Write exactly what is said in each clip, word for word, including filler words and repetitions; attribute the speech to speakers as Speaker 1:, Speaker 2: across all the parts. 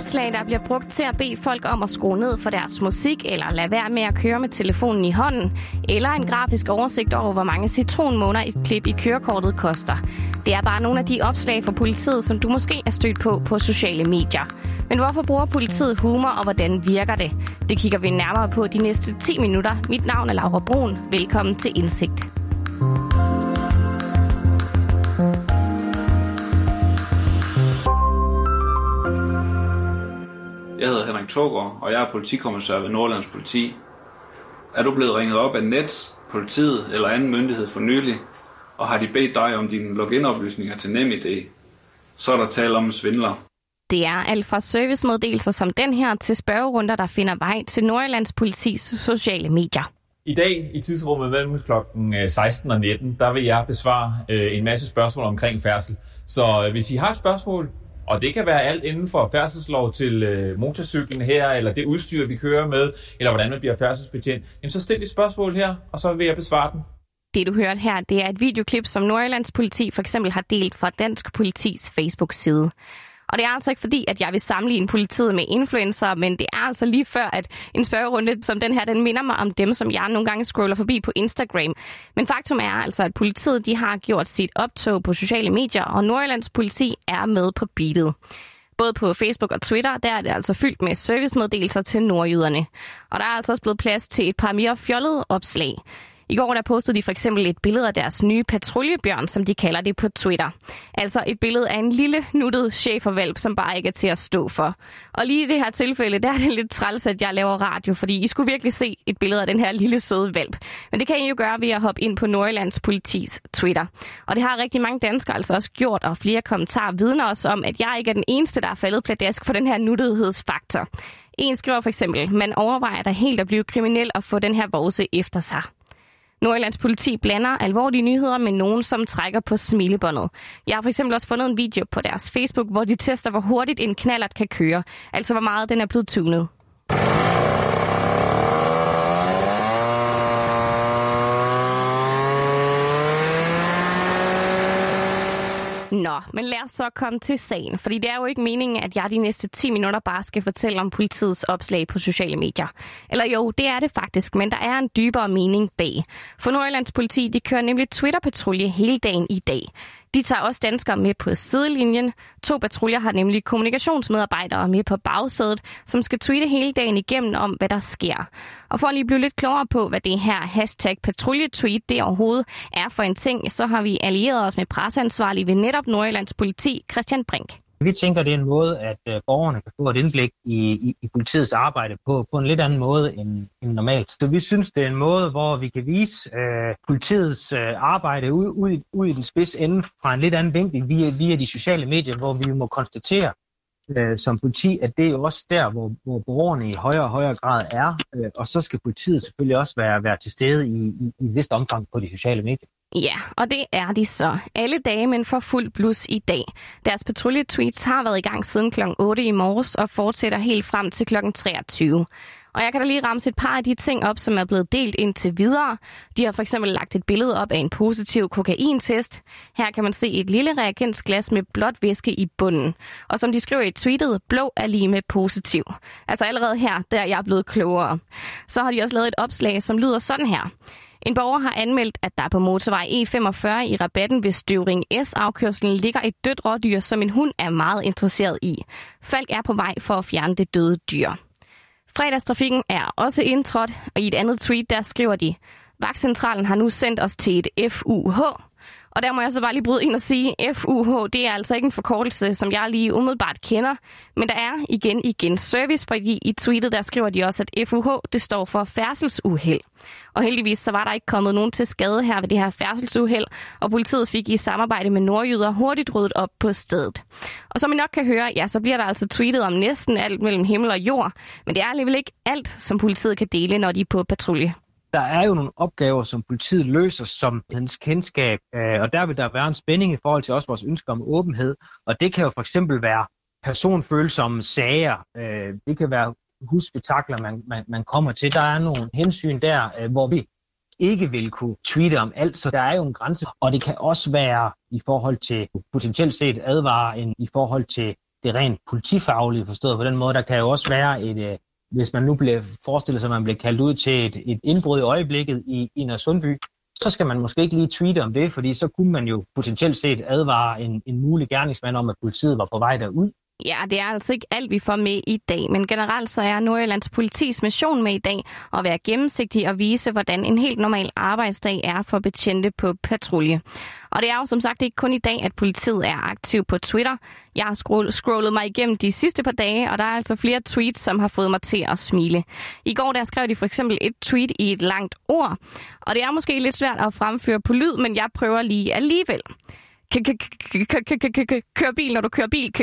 Speaker 1: opslag, der bliver brugt til at bede folk om at skrue ned for deres musik, eller lade være med at køre med telefonen i hånden, eller en grafisk oversigt over, hvor mange citronmåner et klip i kørekortet koster. Det er bare nogle af de opslag fra politiet, som du måske er stødt på på sociale medier. Men hvorfor bruger politiet humor, og hvordan virker det? Det kigger vi nærmere på de næste ti minutter. Mit navn er Laura Brun. Velkommen til Indsigt.
Speaker 2: Jeg hedder Henrik Thorgaard, og jeg er politikommissær ved Nordjyllands Politi. Er du blevet ringet op af net, politiet eller anden myndighed for nylig, og har de bedt dig om dine login-oplysninger til NemID, så er der tale om en svindler.
Speaker 1: Det er alt fra servicemeddelelser som den her til spørgerunder, der finder vej til Nordjyllands Politis sociale medier.
Speaker 3: I dag i tidsrummet mellem klokken seksten og nitten, der vil jeg besvare en masse spørgsmål omkring færdsel. Så hvis I har et spørgsmål, og det kan være alt inden for færdselslov til øh, motorcyklen her, eller det udstyr, vi kører med, eller hvordan man bliver færdselsbetjent, jamen så stil et spørgsmål her, og så vil jeg besvare den.
Speaker 1: Det du hørte her, det er et videoklip, som Nordjyllands Politi for eksempel har delt fra Dansk Politis Facebook-side. Og det er altså ikke fordi, at jeg vil sammenligne politiet med influencer, men det er altså lige før, at en spørgerunde som den her, den minder mig om dem, som jeg nogle gange scroller forbi på Instagram. Men faktum er altså, at politiet de har gjort sit optog på sociale medier, og Nordjyllands Politi er med på beatet. Både på Facebook og Twitter, der er det altså fyldt med servicemeddelelser til nordjyderne. Og der er altså også blevet plads til et par mere fjollede opslag. I går der postede de for eksempel et billede af deres nye patruljebjørn, som de kalder det på Twitter. Altså et billede af en lille, nuttet schæferhvalp, som bare ikke er til at stå for. Og lige i det her tilfælde, der er det lidt træls, at jeg laver radio, fordi I skulle virkelig se et billede af den her lille, søde hvalp. Men det kan I jo gøre ved at hoppe ind på Nordjyllands Politis Twitter. Og det har rigtig mange danskere altså også gjort, og flere kommentarer vidner også om, at jeg ikke er den eneste, der er faldet pladask for den her nuttighedsfaktor. En skriver for eksempel, man overvejer da helt at blive kriminel og få den her vovse efter sig. Nordjyllands Politi blander alvorlige nyheder med nogen, som trækker på smilebåndet. Jeg har for eksempel også fundet en video på deres Facebook, hvor de tester, hvor hurtigt en knallert kan køre. Altså, hvor meget den er blevet tunet. Nå, men lad os så komme til sagen, fordi det er jo ikke meningen, at jeg de næste ti minutter bare skal fortælle om politiets opslag på sociale medier. Eller jo, det er det faktisk, men der er en dybere mening bag. For Nordjyllands Politi, de kører nemlig Twitter-patrulje hele dagen i dag. De tager også danskere med på sidelinjen. To patruljer har nemlig kommunikationsmedarbejdere med på bagsædet, som skal tweete hele dagen igennem om, hvad der sker. Og for at lige blive lidt klogere på, hvad det her hashtag patruljetweet det overhovedet er for en ting, så har vi allieret os med presseansvarlig ved netop Nordjyllands Politi, Christian Brink.
Speaker 4: Vi tænker, det er en måde, at øh, borgerne kan få et indblik i, i, i politiets arbejde på, på en lidt anden måde end, end normalt. Så vi synes, det er en måde, hvor vi kan vise øh, politiets øh, arbejde ud, ud, ud i den spids ende fra en lidt anden vinkel via, via de sociale medier, hvor vi må konstatere øh, som politi, at det er jo også der, hvor, hvor borgerne i højere og højere grad er. Øh, og så skal politiet selvfølgelig også være, være til stede i, i, i et vist omfang på de sociale medier.
Speaker 1: Ja, og det er de så. Alle dage, men for fuld blus i dag. Deres patruljetweets har været i gang siden klokken otte i morges og fortsætter helt frem til klokken treogtyve. Og jeg kan da lige ramse et par af de ting op, som er blevet delt indtil videre. De har for eksempel lagt et billede op af en positiv kokaintest. Her kan man se et lille reagensglas med blåt væske i bunden. Og som de skriver i tweetet, blå er lige med positiv. Altså allerede her, der er jeg blevet klogere. Så har de også lavet et opslag, som lyder sådan her. En borger har anmeldt, at der på motorvej E femogfyrre i rabatten ved Støvring S-afkørslen ligger et dødt rådyr, som en hund er meget interesseret i. Falk er på vej for at fjerne det døde dyr. Fredagstrafikken er også indtrådt, og i et andet tweet der skriver de, vagtcentralen har nu sendt os til et F U H. Og der må jeg så bare lige bryde ind og sige, F U H, det er altså ikke en forkortelse, som jeg lige umiddelbart kender. Men der er igen igen service, fordi i tweetet der skriver de også, at F U H det står for færdselsuheld. Og heldigvis så var der ikke kommet nogen til skade her ved det her færdselsuheld, og politiet fik i samarbejde med nordjyder hurtigt ryddet op på stedet. Og som I nok kan høre, ja, så bliver der altså tweetet om næsten alt mellem himmel og jord, men det er alligevel ikke alt, som politiet kan dele, når de er på patrulje.
Speaker 4: Der er jo nogle opgaver, som politiet løser som hans kendskab, og der vil der være en spænding i forhold til også vores ønsker om åbenhed, og det kan jo for eksempel være personfølsomme sager, det kan være husspektakler, man, man, man kommer til. Der er nogle hensyn der, hvor vi ikke vil kunne tweete om alt, så der er jo en grænse, og det kan også være i forhold til potentielt set advare en, i forhold til det rent politifaglige forstået på den måde. Der kan jo også være et, øh, hvis man nu bliver forestillet sig, at man bliver kaldt ud til et, et indbrud i øjeblikket i, i Nørresundby, så skal man måske ikke lige tweete om det, fordi så kunne man jo potentielt set advare en, en mulig gerningsmand om, at politiet var på vej derud.
Speaker 1: Ja, det er altså ikke alt, vi får med i dag, men generelt så er Nordjyllands politis mission med i dag at være gennemsigtig og vise, hvordan en helt normal arbejdsdag er for betjente på patrulje. Og det er jo som sagt ikke kun i dag, at politiet er aktiv på Twitter. Jeg har scrollet mig igennem de sidste par dage, og der er altså flere tweets, som har fået mig til at smile. I går der skrev de for eksempel et tweet i et langt ord, og det er måske lidt svært at fremføre på lyd, men jeg prøver lige alligevel. Kør bil, når du kører bil.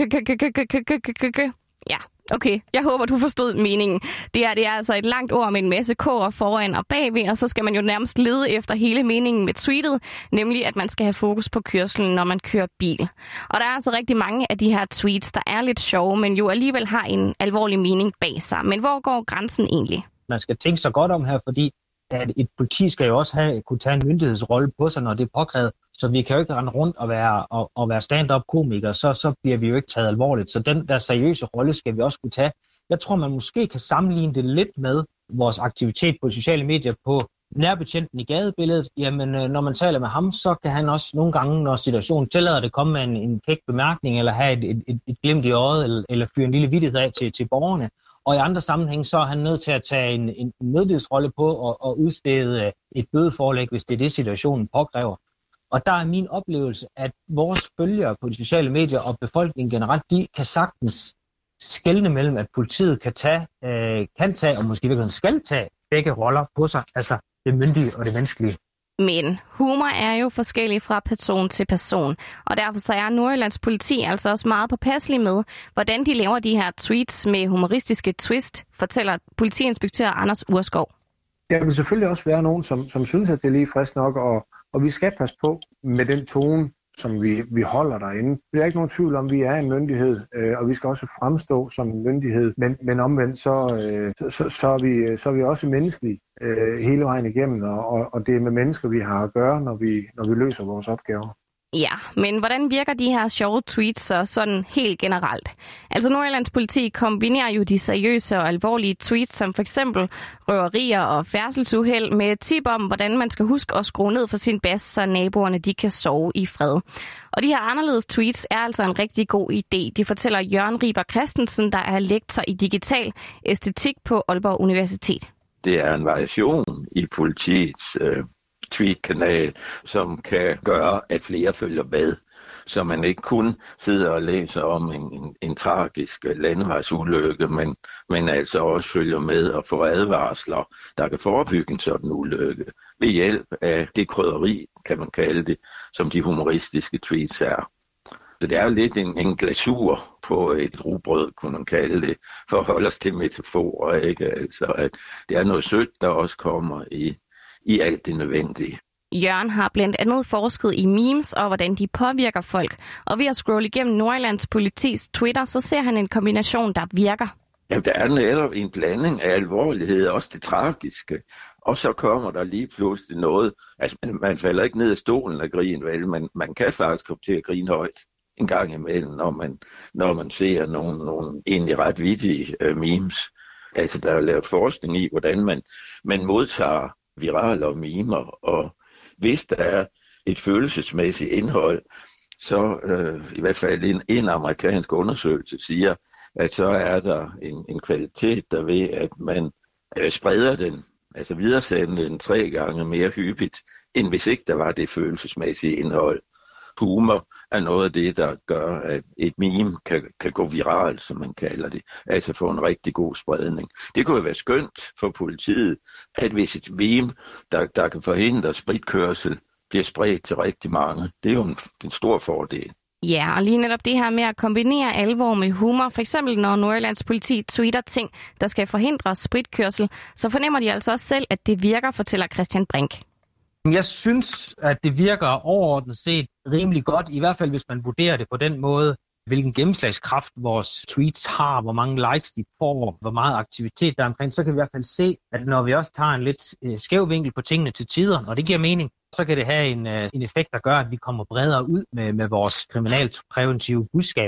Speaker 1: Ja, okay. Jeg håber, du forstod meningen. Det er, det er altså et langt ord med en masse k'er foran og bagved, og så skal man jo nærmest lede efter hele meningen med tweetet, nemlig at man skal have fokus på kørslen, når man kører bil. Og der er altså rigtig mange af de her tweets, der er lidt sjove, men jo alligevel har en alvorlig mening bag sig. Men hvor går grænsen egentlig?
Speaker 4: Man skal tænke sig godt om her, fordi at et politi skal jo også have, kunne tage en myndighedsrolle på sig, når det er påkrævet. Så vi kan jo ikke rende rundt og være, og, og være stand-up komikere, så, så bliver vi jo ikke taget alvorligt. Så den der seriøse rolle skal vi også kunne tage. Jeg tror, man måske kan sammenligne det lidt med vores aktivitet på sociale medier på nærbetjenten i gadebilledet. Jamen, når man taler med ham, så kan han også nogle gange, når situationen tillader det, komme med en, en kæk bemærkning, eller have et, et, et, et glimt i øjet, eller, eller fyre en lille vittighed af til, til borgerne. Og i andre sammenhæng, så er han nødt til at tage en, en myndighedsrolle på og, og udstede et bødeforelæg, hvis det er det, situationen påkræver. Og der er min oplevelse, at vores følgere på de sociale medier og befolkningen generelt, de kan sagtens skelne mellem, at politiet kan tage, øh, kan tage og måske virkelig skal tage begge roller på sig, altså det myndige og det menneskelige.
Speaker 1: Men humor er jo forskellig fra person til person, og derfor så er Nordjyllands politi altså også meget påpasselig med, hvordan de laver de her tweets med humoristiske twist, fortæller politiinspektør Anders Urskov.
Speaker 5: Der vil selvfølgelig også være nogen, som, som synes, at det er lige frisk nok, og, og vi skal passe på med den tone, som vi, vi holder derinde. Der er ikke nogen tvivl om, at vi er en myndighed, øh, og vi skal også fremstå som en myndighed, men, men omvendt så, øh, så, så, så, er vi, så er vi også menneskelige øh, hele vejen igennem, og, og det er med mennesker, vi har at gøre, når vi, når vi løser vores opgaver.
Speaker 1: Ja, men hvordan virker de her sjove tweets så sådan helt generelt? Altså Nordjyllands politi kombinerer jo de seriøse og alvorlige tweets, som for eksempel røverier og færdselsuheld, med tip om, hvordan man skal huske at skrue ned for sin bas, så naboerne de kan sove i fred. Og de her anderledes tweets er altså en rigtig god idé. De fortæller Jørgen Riber Christensen, der er lektor i digital æstetik på Aalborg Universitet.
Speaker 6: Det er en variation i politiets øh tweet-kanal, som kan gøre, at flere følger med, så man ikke kun sidder og læser om en, en, en tragisk landevejsulykke, men, men altså også følger med og får advarsler, der kan forebygge en sådan ulykke ved hjælp af det krydderi, kan man kalde det, som de humoristiske tweets er. Så det er jo lidt en, en glasur på et rugbrød, kunne man kalde det, for at holde os til metaforer, ikke? Altså, at det er noget sødt, der også kommer i i alt det nødvendige.
Speaker 1: Jørgen har blandt andet forsket i memes og hvordan de påvirker folk. Og ved at scrolle igennem Nordjyllands politis Twitter, så ser han en kombination, der virker.
Speaker 6: Jamen, der er netop en blanding af alvorlighed, også det tragiske. Og så kommer der lige pludselig noget. Altså, man, man falder ikke ned af stolen af grin, vel, men man kan faktisk komme til at grine højt en gang imellem, når man, når man ser nogle, nogle egentlig ret vittige uh, memes. Altså, der er lavet forskning i, hvordan man, man modtager virale og mimer, og hvis der er et følelsesmæssigt indhold, så øh, i hvert fald en, en amerikansk undersøgelse siger, at så er der en, en kvalitet der ved, at man øh, spreder den, altså videresender den tre gange mere hyppigt, end hvis ikke der var det følelsesmæssige indhold. Humor er noget af det, der gør, at et meme kan, kan gå viralt, som man kalder det. Altså få en rigtig god spredning. Det kunne jo være skønt for politiet, at hvis et meme, der, der kan forhindre spritkørsel, bliver spredt til rigtig mange. Det er jo en, en stor fordel.
Speaker 1: Ja, og lige netop det her med at kombinere alvor med humor, for eksempel når Nordjyllands politi tweeter ting, der skal forhindre spritkørsel, så fornemmer de altså også selv, at det virker, fortæller Christian Brink.
Speaker 4: Jeg synes, at det virker overordnet set rimelig godt, i hvert fald hvis man vurderer det på den måde, hvilken gennemslagskraft vores tweets har, hvor mange likes de får, hvor meget aktivitet der er omkring, så kan vi i hvert fald se, at når vi også tager en lidt øh, skæv vinkel på tingene til tider, og det giver mening, så kan det have en, øh, en effekt, der gør, at vi kommer bredere ud med, med vores kriminalpræventive budskaber.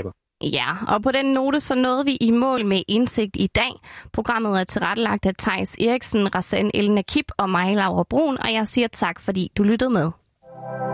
Speaker 1: Ja, og på den note så nåede vi i mål med Indsigt i dag. Programmet er tilrettelagt af Theis Eriksen, Razan El Nakib og mig, Laura Brun, og jeg siger tak, fordi du lyttede med.